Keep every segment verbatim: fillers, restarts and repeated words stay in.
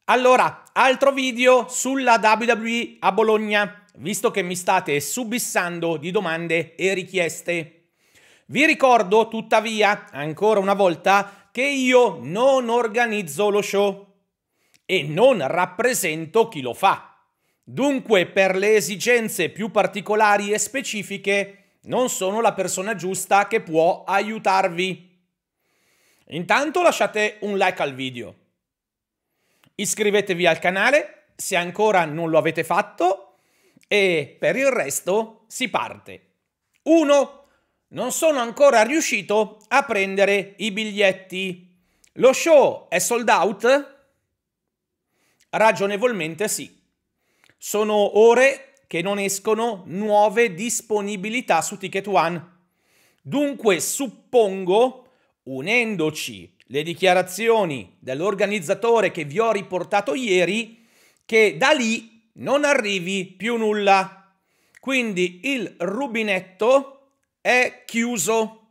Allora, altro video sulla W W E a Bologna, visto che mi state subissando di domande e richieste. Vi ricordo, tuttavia, ancora una volta, che io non organizzo lo show e non rappresento chi lo fa. Dunque, per le esigenze più particolari e specifiche, non sono la persona giusta che può aiutarvi. Intanto lasciate un like al video. Iscrivetevi al canale se ancora non lo avete fatto e per il resto si parte. uno. Non sono ancora riuscito a prendere i biglietti. Lo show è sold out? Ragionevolmente sì. Sono ore che non escono nuove disponibilità su Ticket One. Dunque suppongo, unendoci le dichiarazioni dell'organizzatore che vi ho riportato ieri, che da lì non arrivi più nulla. Quindi il rubinetto è chiuso.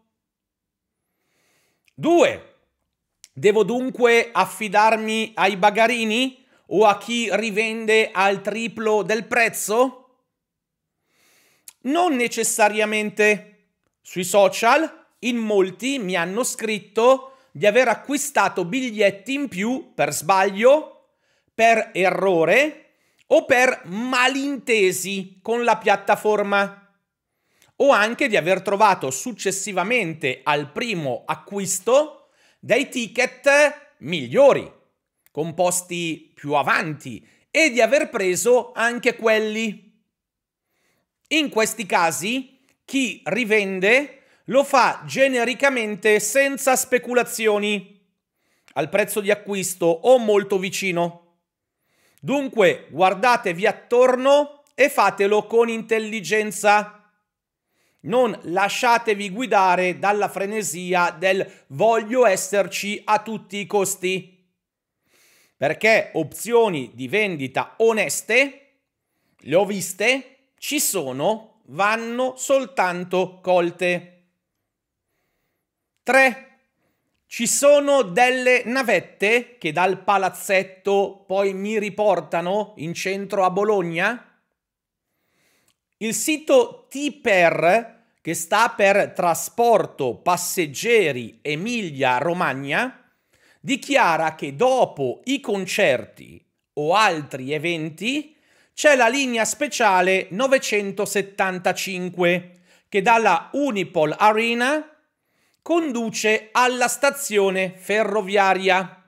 due. Devo dunque affidarmi ai bagarini o a chi rivende al triplo del prezzo? Non necessariamente. Sui social in molti mi hanno scritto di aver acquistato biglietti in più per sbaglio, per errore o per malintesi con la piattaforma, o anche di aver trovato successivamente al primo acquisto dei ticket migliori, con posti più avanti, e di aver preso anche quelli. In questi casi, chi rivende lo fa genericamente senza speculazioni, al prezzo di acquisto o molto vicino. Dunque guardatevi attorno e fatelo con intelligenza. Non lasciatevi guidare dalla frenesia del voglio esserci a tutti i costi, perché opzioni di vendita oneste, le ho viste, ci sono, vanno soltanto colte. tre. Ci sono delle navette che dal palazzetto poi mi riportano in centro a Bologna? Il sito T-Per, che sta per Trasporto Passeggeri Emilia-Romagna, dichiara che dopo i concerti o altri eventi c'è la linea speciale novecentosettantacinque che dalla Unipol Arena conduce alla stazione ferroviaria.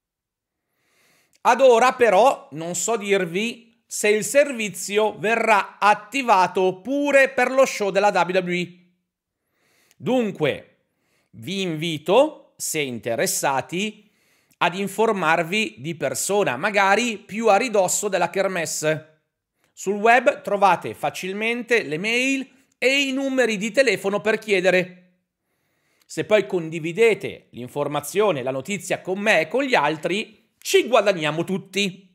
Ad ora però non so dirvi se il servizio verrà attivato pure per lo show della W W E. Dunque, vi invito, se interessati, ad informarvi di persona, magari più a ridosso della kermesse. Sul web trovate facilmente le mail e i numeri di telefono per chiedere. Se poi condividete l'informazione, la notizia con me e con gli altri, ci guadagniamo tutti.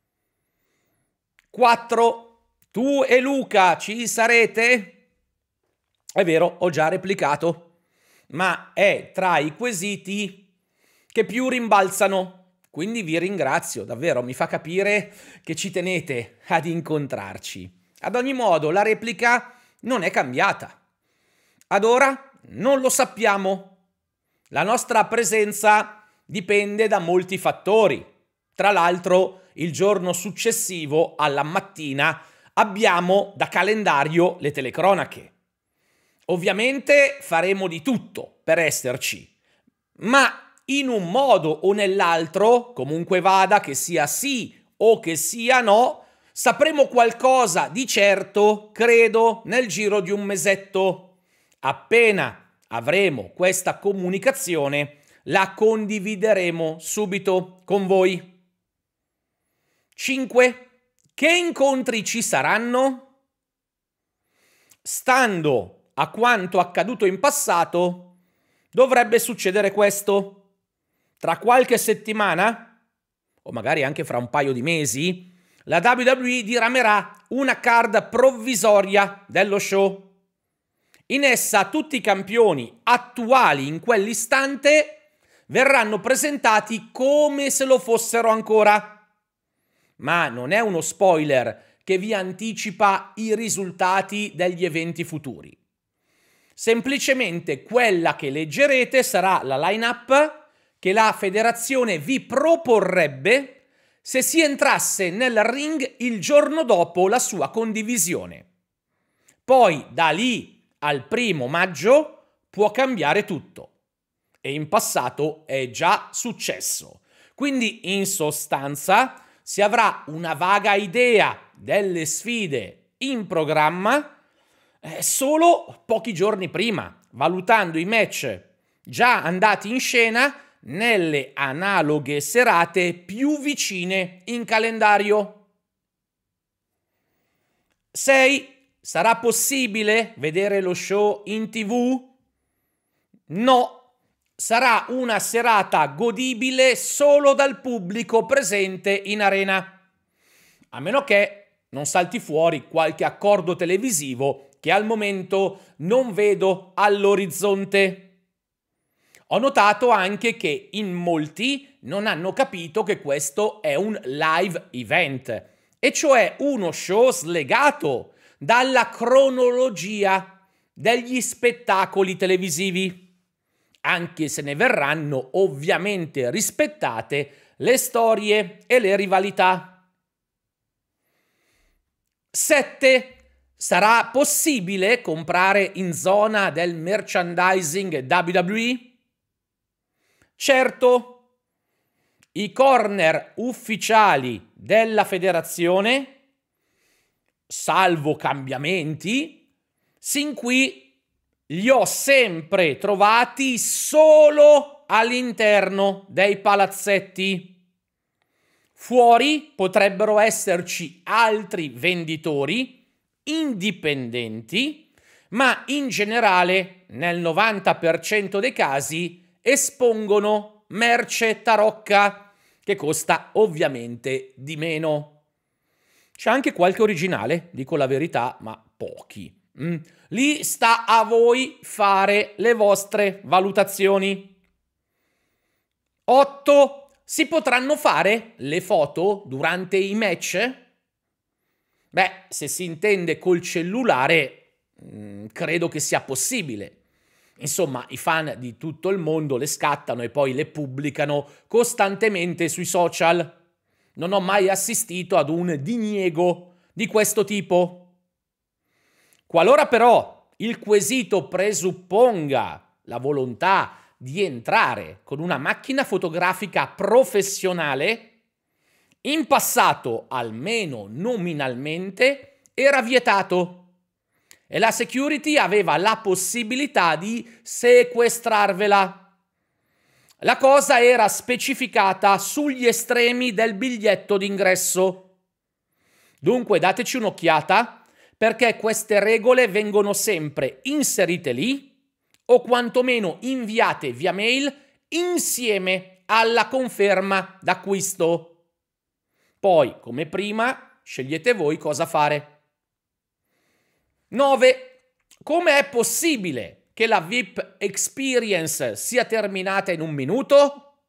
quattro. Tu e Luca ci sarete? È vero, ho già replicato, ma è tra i quesiti che più rimbalzano, quindi vi ringrazio, davvero, mi fa capire che ci tenete ad incontrarci. Ad ogni modo, la replica non è cambiata. Ad ora non lo sappiamo. La nostra presenza dipende da molti fattori. Tra l'altro, il giorno successivo alla mattina abbiamo da calendario le telecronache. Ovviamente faremo di tutto per esserci, ma in un modo o nell'altro, comunque vada, che sia sì o che sia no, sapremo qualcosa di certo, credo, nel giro di un mesetto. Appena avremo questa comunicazione, la condivideremo subito con voi. cinque. Che incontri ci saranno? Stando a quanto accaduto in passato, dovrebbe succedere questo. Tra qualche settimana, o magari anche fra un paio di mesi, la W W E diramerà una card provvisoria dello show. In essa tutti i campioni attuali in quell'istante verranno presentati come se lo fossero ancora. ma non è uno spoiler che vi anticipa i risultati degli eventi futuri. Semplicemente quella che leggerete sarà la line-up che la federazione vi proporrebbe se si entrasse nel ring il giorno dopo la sua condivisione. Poi da lì al primo maggio può cambiare tutto. E in passato è già successo. Quindi in sostanza si avrà una vaga idea delle sfide in programma eh, solo pochi giorni prima, valutando i match già andati in scena nelle analoghe serate più vicine in calendario. sei. Sarà possibile vedere lo show in tivù? No. Sarà una serata godibile solo dal pubblico presente in arena. A meno che non salti fuori qualche accordo televisivo che al momento non vedo all'orizzonte. Ho notato anche che in molti non hanno capito che questo è un live event, e cioè uno show slegato dalla cronologia degli spettacoli televisivi, anche se ne verranno ovviamente rispettate le storie e le rivalità. sette. Sarà possibile comprare in zona del merchandising W W E? Certo, i corner ufficiali della federazione, salvo cambiamenti, sin qui li ho sempre trovati solo all'interno dei palazzetti. Fuori potrebbero esserci altri venditori indipendenti, ma in generale, nel novanta per cento dei casi, espongono merce tarocca, che costa ovviamente di meno. C'è anche qualche originale, dico la verità, ma pochi. Mm. Lì sta a voi fare le vostre valutazioni. otto. Si potranno fare le foto durante i match? Beh, se si intende col cellulare, mh, credo che sia possibile. Insomma, i fan di tutto il mondo le scattano e poi le pubblicano costantemente sui social. Non ho mai assistito ad un diniego di questo tipo. Qualora però il quesito presupponga la volontà di entrare con una macchina fotografica professionale, in passato, almeno nominalmente, era vietato e la security aveva la possibilità di sequestrarvela. La cosa era specificata sugli estremi del biglietto d'ingresso. Dunque dateci un'occhiata, perché queste regole vengono sempre inserite lì o quantomeno inviate via mail insieme alla conferma d'acquisto. Poi, come prima, scegliete voi cosa fare. nove. Come è possibile che la V I P Experience sia terminata in un minuto?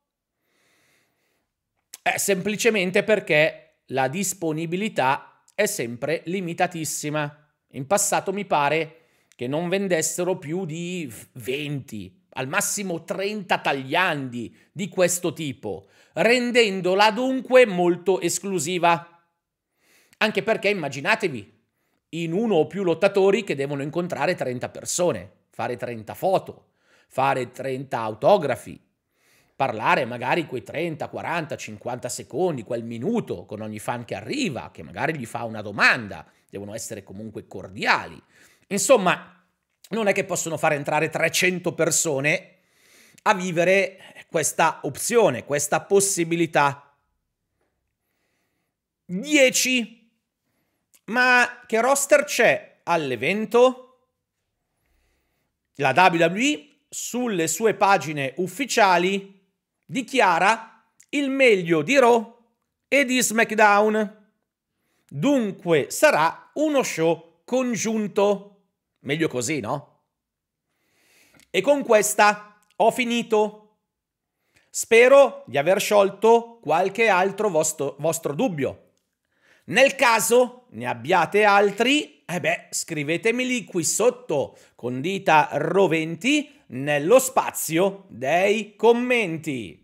È semplicemente perché la disponibilità è sempre limitatissima. In passato mi pare che non vendessero più di venti, al massimo trenta tagliandi di questo tipo, rendendola dunque molto esclusiva. Anche perché immaginatevi in uno o più lottatori che devono incontrare trenta persone, fare trenta foto, fare trenta autografi, parlare magari quei trenta, quaranta, cinquanta secondi, quel minuto con ogni fan che arriva, che magari gli fa una domanda, devono essere comunque cordiali. Insomma, non è che possono fare entrare trecento persone a vivere questa opzione, questa possibilità. dieci. Ma che roster c'è all'evento? La W W E sulle sue pagine ufficiali dichiara il meglio di Raw e di SmackDown. Dunque sarà uno show congiunto. Meglio così, no? E con questa ho finito. Spero di aver sciolto qualche altro vostro, vostro dubbio. Nel caso ne abbiate altri, eh beh, scrivetemeli qui sotto con dita roventi nello spazio dei commenti.